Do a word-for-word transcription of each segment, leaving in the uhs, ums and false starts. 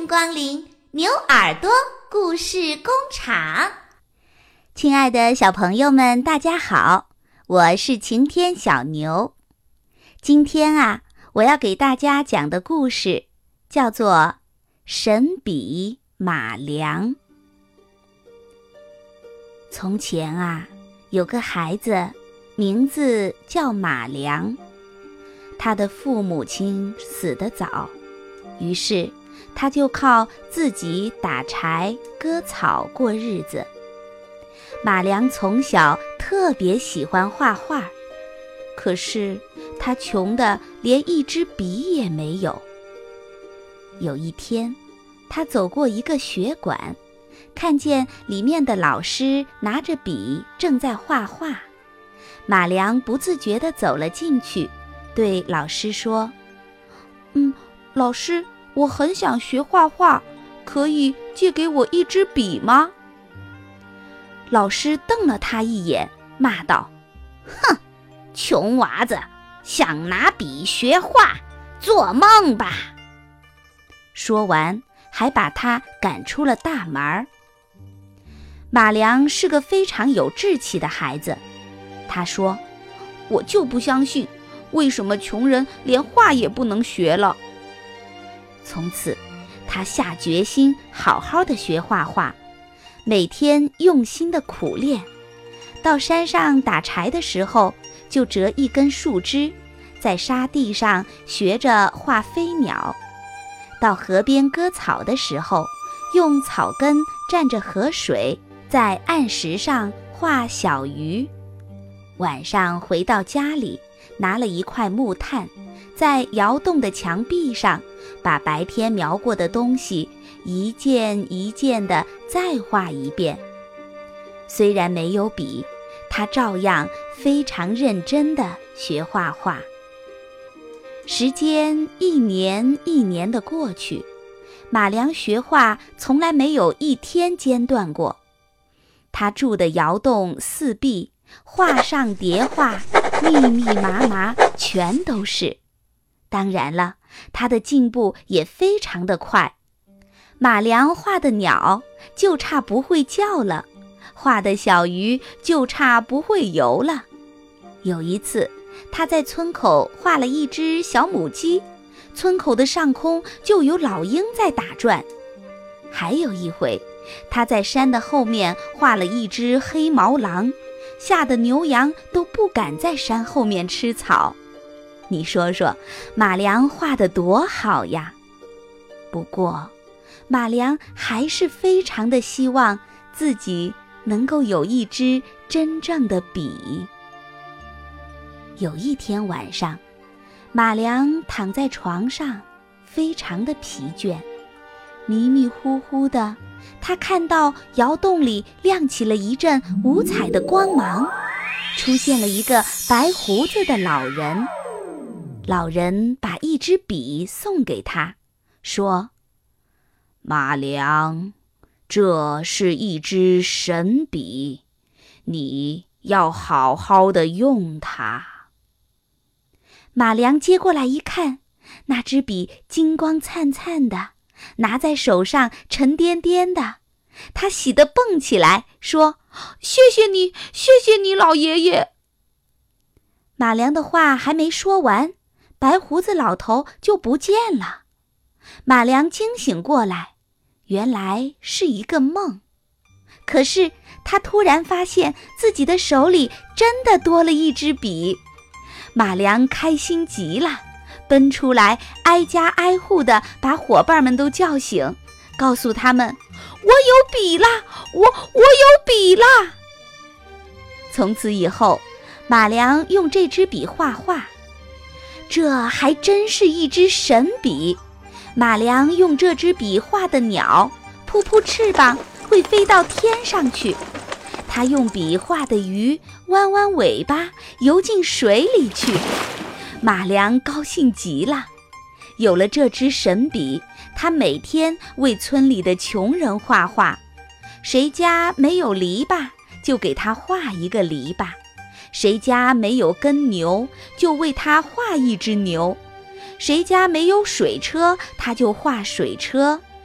光临牛耳朵故事工厂。 亲爱的小朋友们，大家好，我是晴天小牛。今天啊，我要给大家讲的故事叫做《神笔马良》。从前啊，有个孩子，名字叫马良。他的父母亲死得早，于是他就靠自己打柴割草过日子。马良从小特别喜欢画画，可是他穷得连一支笔也没有。有一天，他走过一个学馆，看见里面的老师拿着笔正在画画。马良不自觉地走了进去，对老师说：嗯，老师，我很想学画画，可以借给我一支笔吗？老师瞪了他一眼，骂道：哼，穷娃子，想拿笔学画，做梦吧！说完，还把他赶出了大门。马良是个非常有志气的孩子，他说：我就不相信，为什么穷人连画也不能学了？从此，他下决心好好的学画画，每天用心的苦练。到山上打柴的时候，就折一根树枝，在沙地上学着画飞鸟；到河边割草的时候，用草根蘸着河水，在岸石上画小鱼。晚上回到家里，拿了一块木炭，在窑洞的墙壁上把白天描过的东西一件一件地再画一遍。虽然没有笔，他照样非常认真地学画画。时间一年一年地过去，马良学画从来没有一天间断过。他住的窑洞四壁画上叠画，密密麻麻，全都是。当然了，他的进步也非常的快。马良画的鸟就差不会叫了，画的小鱼就差不会游了。有一次，他在村口画了一只小母鸡，村口的上空就有老鹰在打转。还有一回，他在山的后面画了一只黑毛狼，吓得牛羊都不敢在山后面吃草。你说说，马良画得多好呀！不过，马良还是非常的希望自己能够有一支真正的笔。有一天晚上，马良躺在床上，非常的疲倦，迷迷糊糊的，他看到窑洞里亮起了一阵五彩的光芒，出现了一个白胡子的老人。老人把一支笔送给他，说：马良，这是一支神笔，你要好好的用它。马良接过来一看，那支笔金光灿灿的，拿在手上沉甸甸的，他喜得蹦起来，说：谢谢你，谢谢你，老爷爷。马良的话还没说完，白胡子老头就不见了。马良惊醒过来，原来是一个梦。可是他突然发现自己的手里真的多了一支笔。马良开心极了，奔出来，挨家挨户地把伙伴们都叫醒，告诉他们：我有笔啦，我我有笔啦。从此以后，马良用这支笔画画。这还真是一支神笔。马良用这支笔画的鸟，扑扑翅膀会飞到天上去。他用笔画的鱼，弯弯尾巴游进水里去。马良高兴极了。有了这支神笔，他每天为村里的穷人画画。谁家没有篱笆，就给他画一个篱笆；谁家没有根牛，就为他画一只牛；谁家没有水车，他就画水车；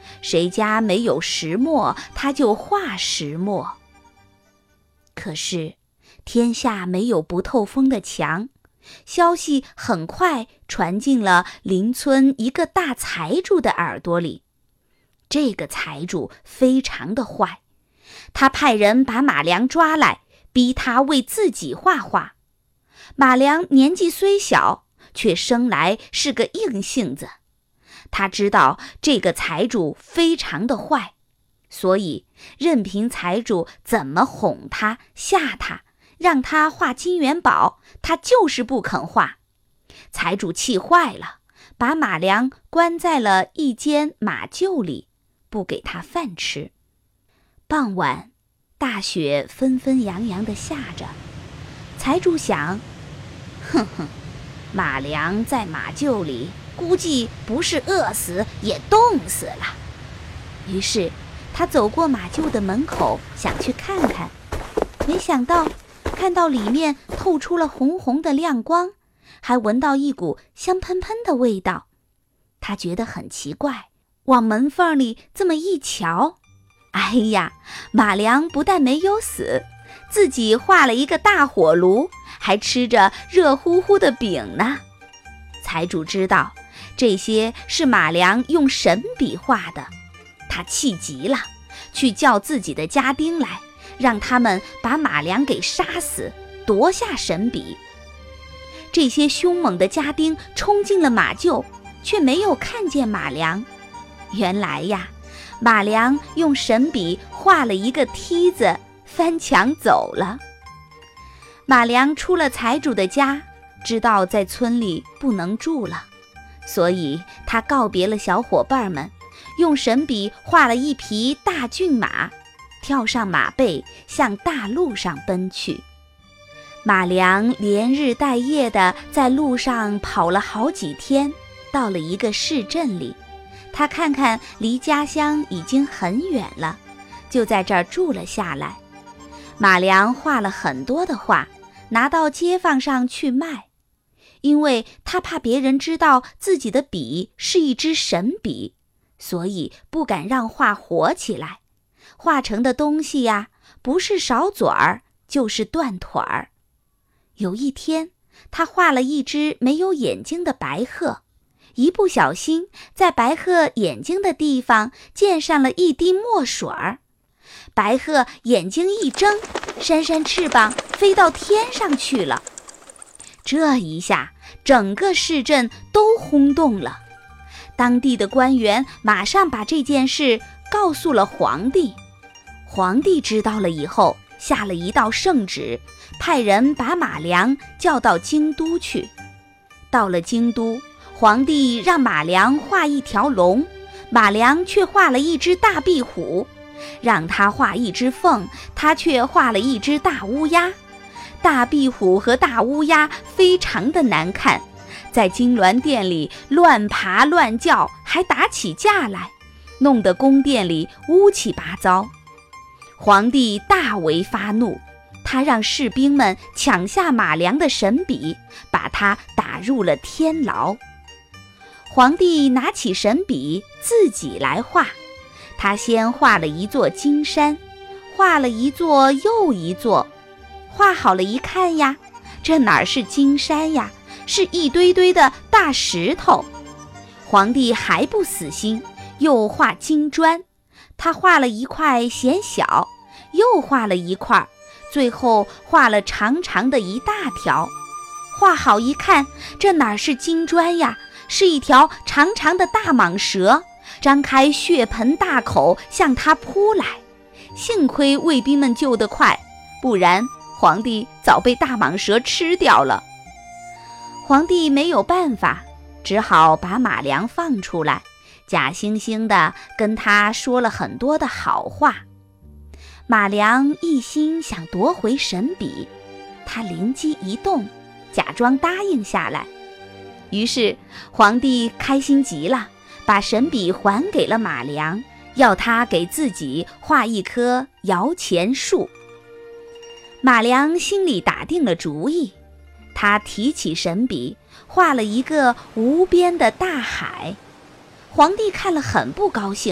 谁家没有石磨，他就画石磨。可是天下没有不透风的墙，消息很快传进了邻村一个大财主的耳朵里。这个财主非常的坏，他派人把马良抓来，逼他为自己画画。马良年纪虽小，却生来是个硬性子。他知道这个财主非常的坏，所以任凭财主怎么哄他吓他，让他画金元宝，他就是不肯画。财主气坏了，把马良关在了一间马厩里，不给他饭吃。傍晚，大雪纷纷扬扬地下着。财主想，哼哼，马良在马厩里估计不是饿死也冻死了。于是他走过马厩的门口，想去看看，没想到看到里面透出了红红的亮光，还闻到一股香喷喷的味道。他觉得很奇怪，往门缝里这么一瞧，哎呀，马良不但没有死，自己画了一个大火炉，还吃着热乎乎的饼呢。财主知道这些是马良用神笔画的，他气极了，去叫自己的家丁来，让他们把马良给杀死，夺下神笔。这些凶猛的家丁冲进了马厩，却没有看见马良。原来呀，马良用神笔画了一个梯子，翻墙走了。马良出了财主的家，知道在村里不能住了，所以他告别了小伙伴们，用神笔画了一匹大骏马，跳上马背，向大路上奔去。马良连日带夜地在路上跑了好几天，到了一个市镇里，他看看离家乡已经很远了，就在这儿住了下来。马良画了很多的画，拿到街坊上去卖，因为他怕别人知道自己的笔是一支神笔，所以不敢让画活起来。画成的东西呀，不是少嘴儿，就是断腿儿。有一天，他画了一只没有眼睛的白鹤，一不小心在白鹤眼睛的地方溅上了一滴墨水儿。白鹤眼睛一睁，扇扇翅膀飞到天上去了。这一下，整个市镇都轰动了。当地的官员马上把这件事告诉了皇帝。皇帝知道了以后，下了一道圣旨，派人把马良叫到京都去。到了京都，皇帝让马良画一条龙，马良却画了一只大壁虎；让他画一只凤，他却画了一只大乌鸦。大壁虎和大乌鸦非常的难看，在金銮殿里乱爬乱叫，还打起架来，弄得宫殿里乌七八糟。皇帝大为发怒，他让士兵们抢下马良的神笔，把他打入了天牢。皇帝拿起神笔自己来画，他先画了一座金山，画了一座又一座，画好了一看呀，这哪是金山呀，是一堆堆的大石头。皇帝还不死心，又画金砖，他画了一块嫌小，又画了一块，最后画了长长的一大条。画好一看，这哪是金砖呀，是一条长长的大蟒蛇，张开血盆大口向他扑来。幸亏卫兵们救得快，不然皇帝早被大蟒蛇吃掉了。皇帝没有办法，只好把马良放出来，假惺惺地跟他说了很多的好话。马良一心想夺回神笔，他灵机一动，假装答应下来。于是皇帝开心极了，把神笔还给了马良，要他给自己画一棵摇钱树。马良心里打定了主意，他提起神笔，画了一个无边的大海。皇帝看了很不高兴，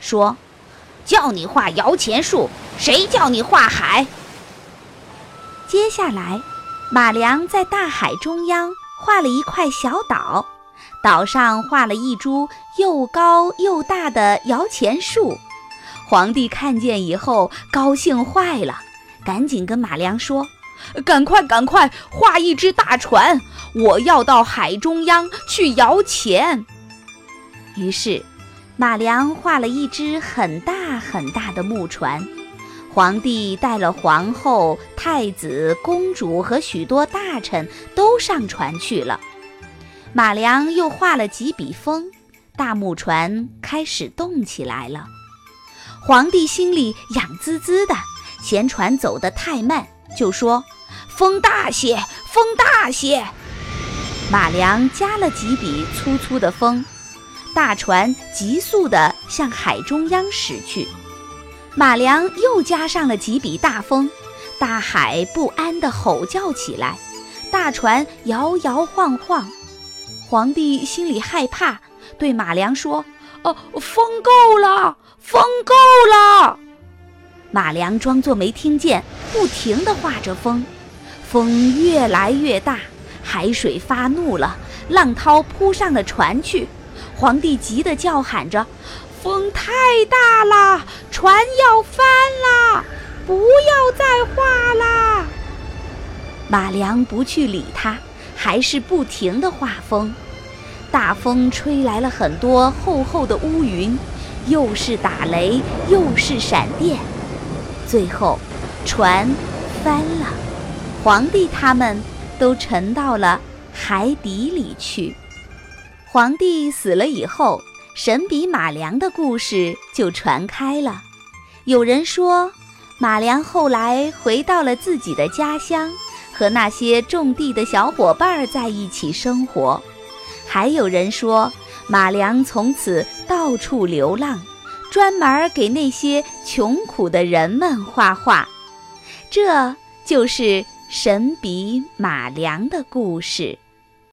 说：“叫你画摇钱树，谁叫你画海？”接下来，马良在大海中央画了一块小岛，岛上画了一株又高又大的摇钱树。皇帝看见以后高兴坏了，赶紧跟马良说：“赶快赶快画一只大船，我要到海中央去摇钱。”于是马良画了一只很大很大的木船，皇帝带了皇后、太子、公主和许多大臣都上船去了。马良又画了几笔风，大木船开始动起来了。皇帝心里痒滋滋的，嫌船走得太慢，就说：“风大些，风大些。”马良加了几笔粗粗的风，大船急速地向海中央驶去。马良又加上了几笔大风，大海不安地吼叫起来，大船摇摇晃晃。皇帝心里害怕，对马良说：“哦，风够了，风够了。”马良装作没听见，不停地画着风。风越来越大，海水发怒了，浪涛扑上了船去。皇帝急得叫喊着：“风太大了，船要翻了，不要再画啦！”马良不去理他，还是不停地画风。大风吹来了很多厚厚的乌云，又是打雷，又是闪电。最后，船翻了，皇帝他们都沉到了海底里去。皇帝死了以后，神笔马良的故事就传开了。有人说，马良后来回到了自己的家乡，和那些种地的小伙伴在一起生活。还有人说，马良从此到处流浪，专门给那些穷苦的人们画画。这就是神笔马良的故事。